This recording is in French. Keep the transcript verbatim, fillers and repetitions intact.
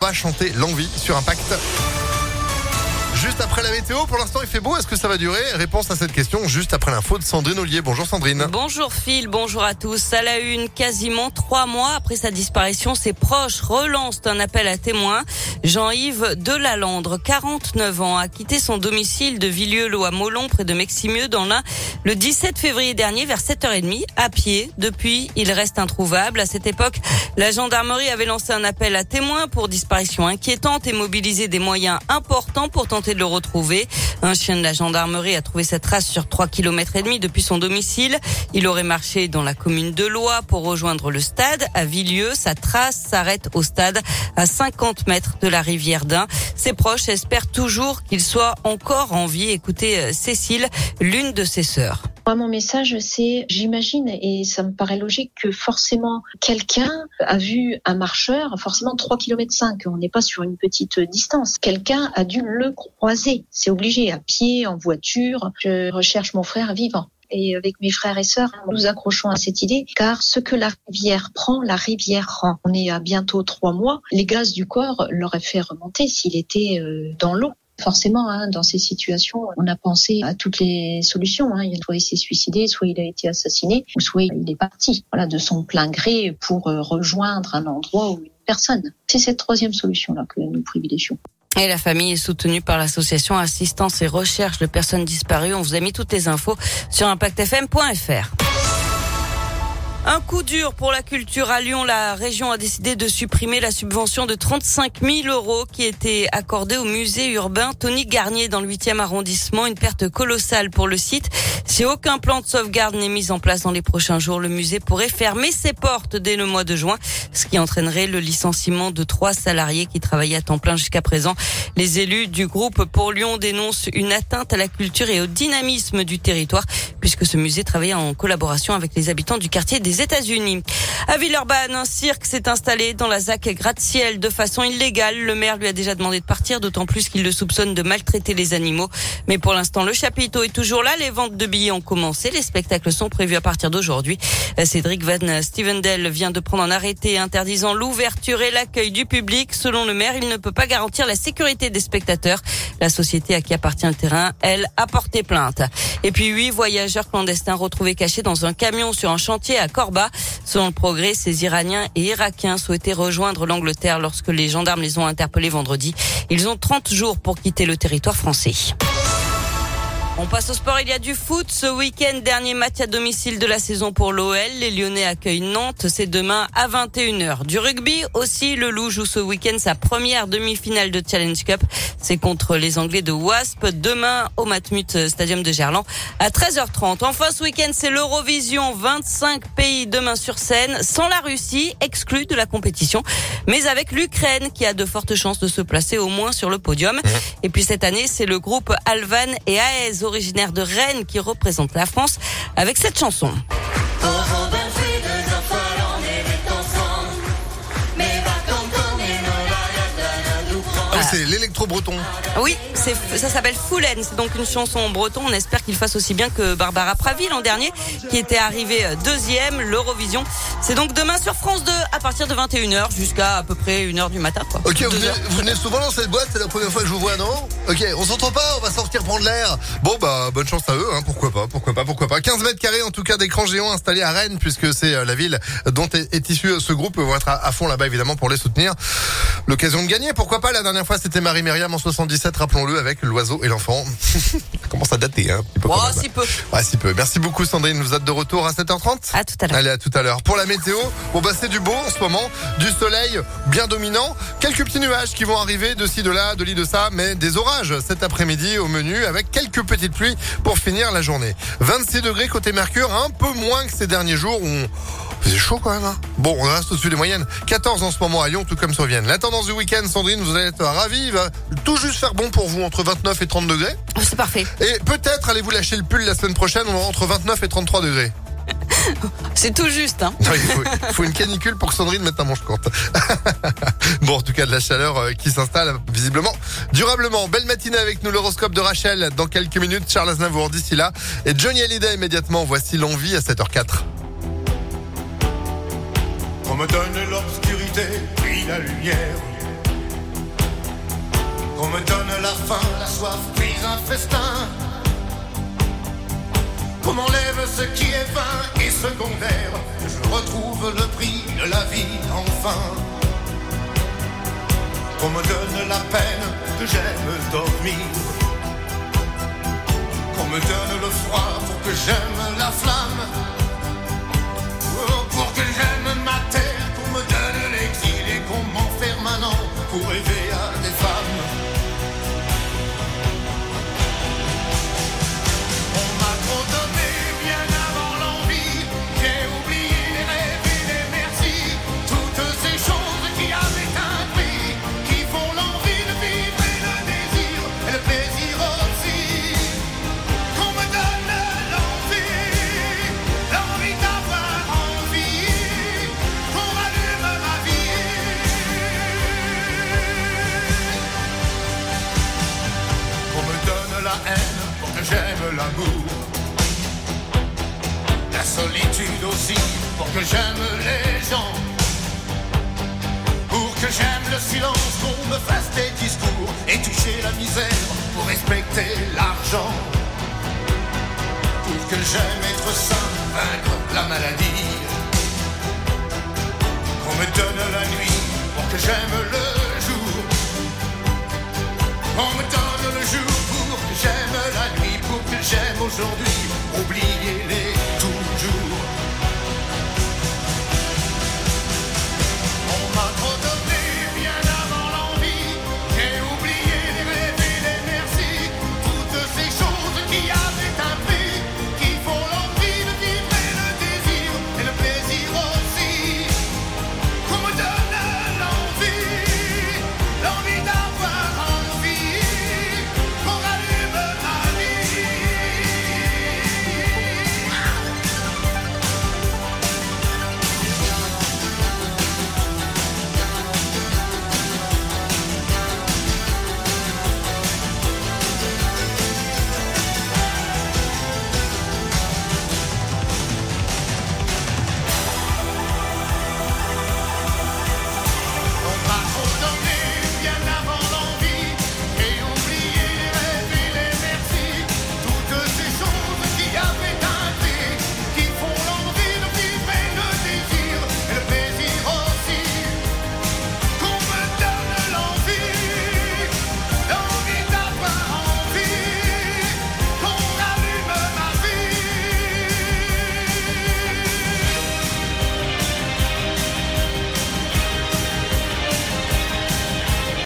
va chanter l'envie sur Impact. Juste après la météo, pour l'instant il fait beau, est-ce que ça va durer? Réponse à cette question juste après l'info de Sandrine Ollier. Bonjour Sandrine. Bonjour Phil, bonjour à tous. À la une, quasiment trois mois après sa disparition, ses proches relancent un appel à témoins. Jean-Yves Delalandre, quarante-neuf ans, a quitté son domicile de Villieulot à Molon, près de Meximieux, dans l'Ain, le dix-sept février dernier, vers sept heures trente, à pied. Depuis, il reste introuvable. À cette époque, la gendarmerie avait lancé un appel à témoins pour disparition inquiétante et mobilisé des moyens importants pour tenter de le retrouver. Un chien de la gendarmerie a trouvé sa trace sur trois kilomètres et demi depuis son domicile. Il aurait marché dans la commune de Loye pour rejoindre le stade à Villieu. Sa trace s'arrête au stade à cinquante mètres de la rivière d'Ain. Ses proches espèrent toujours qu'il soit encore en vie. Écoutez Cécile, l'une de ses sœurs. Moi, mon message, c'est, j'imagine, et ça me paraît logique, que forcément, quelqu'un a vu un marcheur, forcément trois kilomètres cinq, on n'est pas sur une petite distance. Quelqu'un a dû le croiser. C'est obligé, à pied, en voiture. Je recherche mon frère vivant. Et avec mes frères et sœurs, nous accrochons à cette idée, car ce que la rivière prend, la rivière rend. On est à bientôt trois mois. Les gaz du corps l'auraient fait remonter s'il était euh, dans l'eau. Forcément, hein, dans ces situations, on a pensé à toutes les solutions. Hein. Soit il s'est suicidé, soit il a été assassiné, ou soit il est parti, voilà, de son plein gré pour euh, rejoindre un endroit ou une personne. C'est cette troisième solution-là que nous privilégions. Et la famille est soutenue par l'association Assistance et Recherche de personnes disparues. On vous a mis toutes les infos sur impact f m point f r. Un coup dur pour la culture à Lyon. La région a décidé de supprimer la subvention de trente-cinq mille euros qui était accordée au musée urbain Tony Garnier dans le huitième arrondissement. Une perte colossale pour le site. Si aucun plan de sauvegarde n'est mis en place dans les prochains jours, le musée pourrait fermer ses portes dès le mois de juin, ce qui entraînerait le licenciement de trois salariés qui travaillaient à temps plein jusqu'à présent. Les élus du groupe pour Lyon dénoncent une atteinte à la culture et au dynamisme du territoire, puisque ce musée travaillait en collaboration avec les habitants du quartier des États-Unis. À Villeurbanne, un cirque s'est installé dans la Z A C gratte-ciel de façon illégale. Le maire lui a déjà demandé de partir, d'autant plus qu'il le soupçonne de maltraiter les animaux. Mais pour l'instant, le chapiteau est toujours là. Les ventes de billets ont commencé. Les spectacles sont prévus à partir d'aujourd'hui. Cédric Van Stevendel vient de prendre un arrêté interdisant l'ouverture et l'accueil du public. Selon le maire, il ne peut pas garantir la sécurité des spectateurs. La société à qui appartient le terrain, elle, a porté plainte. Et puis huit voyageurs clandestins retrouvés cachés dans un camion sur un chantier à Corba. Selon le Progrès, ces Iraniens et Irakiens souhaitaient rejoindre l'Angleterre lorsque les gendarmes les ont interpellés vendredi. Ils ont trente jours pour quitter le territoire français. On passe au sport, il y a du foot. Ce week-end, dernier match à domicile de la saison pour l'O L. Les Lyonnais accueillent Nantes, c'est demain à vingt et une heures. Du rugby aussi, le Loup joue ce week-end sa première demi-finale de Challenge Cup. C'est contre les Anglais de Wasp, demain au Matmut Stadium de Gerland à treize heures trente. Enfin, ce week-end, c'est l'Eurovision. vingt-cinq pays demain sur scène, sans la Russie, exclue de la compétition, mais avec l'Ukraine qui a de fortes chances de se placer au moins sur le podium. Et puis cette année, c'est le groupe Alvan et Aez, originaire de Rennes, qui représente la France avec cette chanson. Ah, c'est l'électro-breton. Oui, c'est, ça s'appelle Foulen. C'est donc une chanson en breton. On espère qu'il fasse aussi bien que Barbara Pravi l'an dernier, qui était arrivée deuxième, l'Eurovision. C'est donc demain sur France deux à partir de vingt et une heures jusqu'à à peu près une heure du matin, quoi. Ok, vous venez, vous venez souvent dans cette boîte, c'est la première fois que je vous vois, non? Ok, on s'entend pas, on va sortir prendre l'air. Bon, bah, bonne chance à eux, hein, pourquoi pas, pourquoi pas, pourquoi pas. quinze mètres carrés, en tout cas, d'écran géant installé à Rennes, puisque c'est euh, la ville dont est, est issu ce groupe. Ils vont être à, à fond là-bas, évidemment, pour les soutenir. L'occasion de gagner, pourquoi pas. La dernière fois, c'était Marie-Myriam en soixante-dix-sept, rappelons-le, avec l'oiseau et l'enfant. Ça commence à dater, hein, un petit peu. Oh, quand même. si peu. Ouais, si peu. Merci beaucoup, Sandrine. Vous êtes de retour à sept heures trente? À tout à l'heure. Allez, à tout à l'heure. Pour la météo, bon, bah, c'est du beau en ce moment, du soleil bien dominant, quelques petits nuages qui vont arriver de ci, de là, de li, de ça, mais des orages cet après-midi au menu avec quelques petites pluies pour finir la journée. vingt-six degrés côté Mercure, un peu moins que ces derniers jours où on... C'est chaud quand même, hein. Bon, on reste au-dessus des moyennes. quatorze en ce moment à Lyon, tout comme sur Vienne. La tendance du week-end, Sandrine, vous allez être ravie. Il va tout juste faire bon pour vous, entre vingt-neuf et trente degrés. Oh, c'est parfait. Et peut-être allez-vous lâcher le pull la semaine prochaine, on aura entre vingt-neuf et trente-trois degrés. C'est tout juste, hein. Non, il faut, il faut une canicule pour que Sandrine mette un manche courte. Bon, en tout cas, de la chaleur euh, qui s'installe visiblement durablement. Belle matinée avec nous, l'horoscope de Rachel. Dans quelques minutes, Charles Aznavour d'ici là. Et Johnny Hallyday immédiatement. Voici l'envie à sept heures quatre. On me donne l'obscurité, puis la lumière. Qu'on me donne la faim, la soif, puis un festin. Qu'on m'enlève ce qui est vain et secondaire, que je retrouve le prix de la vie enfin. Qu'on me donne la peine, que j'aime dormir. Qu'on me donne le froid pour que j'aime la flamme. Oh, pour que j'aime ma terre, qu'on me donne l'exil et qu'on m'enferme un an pour rêver à des femmes. On m'a trop donné bien avant l'envie, j'ai oublié les rêves et les merci, toutes ces choses qui avaient un prix, qui font l'envie de vivre et le désir, et le plaisir aussi. Qu'on me donne l'envie, l'envie d'avoir envie, qu'on rallume ma vie. Qu'on me donne la haine pour que j'aime l'amour, la solitude aussi pour que j'aime les gens, pour que j'aime le silence, qu'on me fasse des discours et toucher la misère pour respecter l'argent, pour que j'aime être sain, vaincre la maladie. Qu'on me donne la nuit pour que j'aime le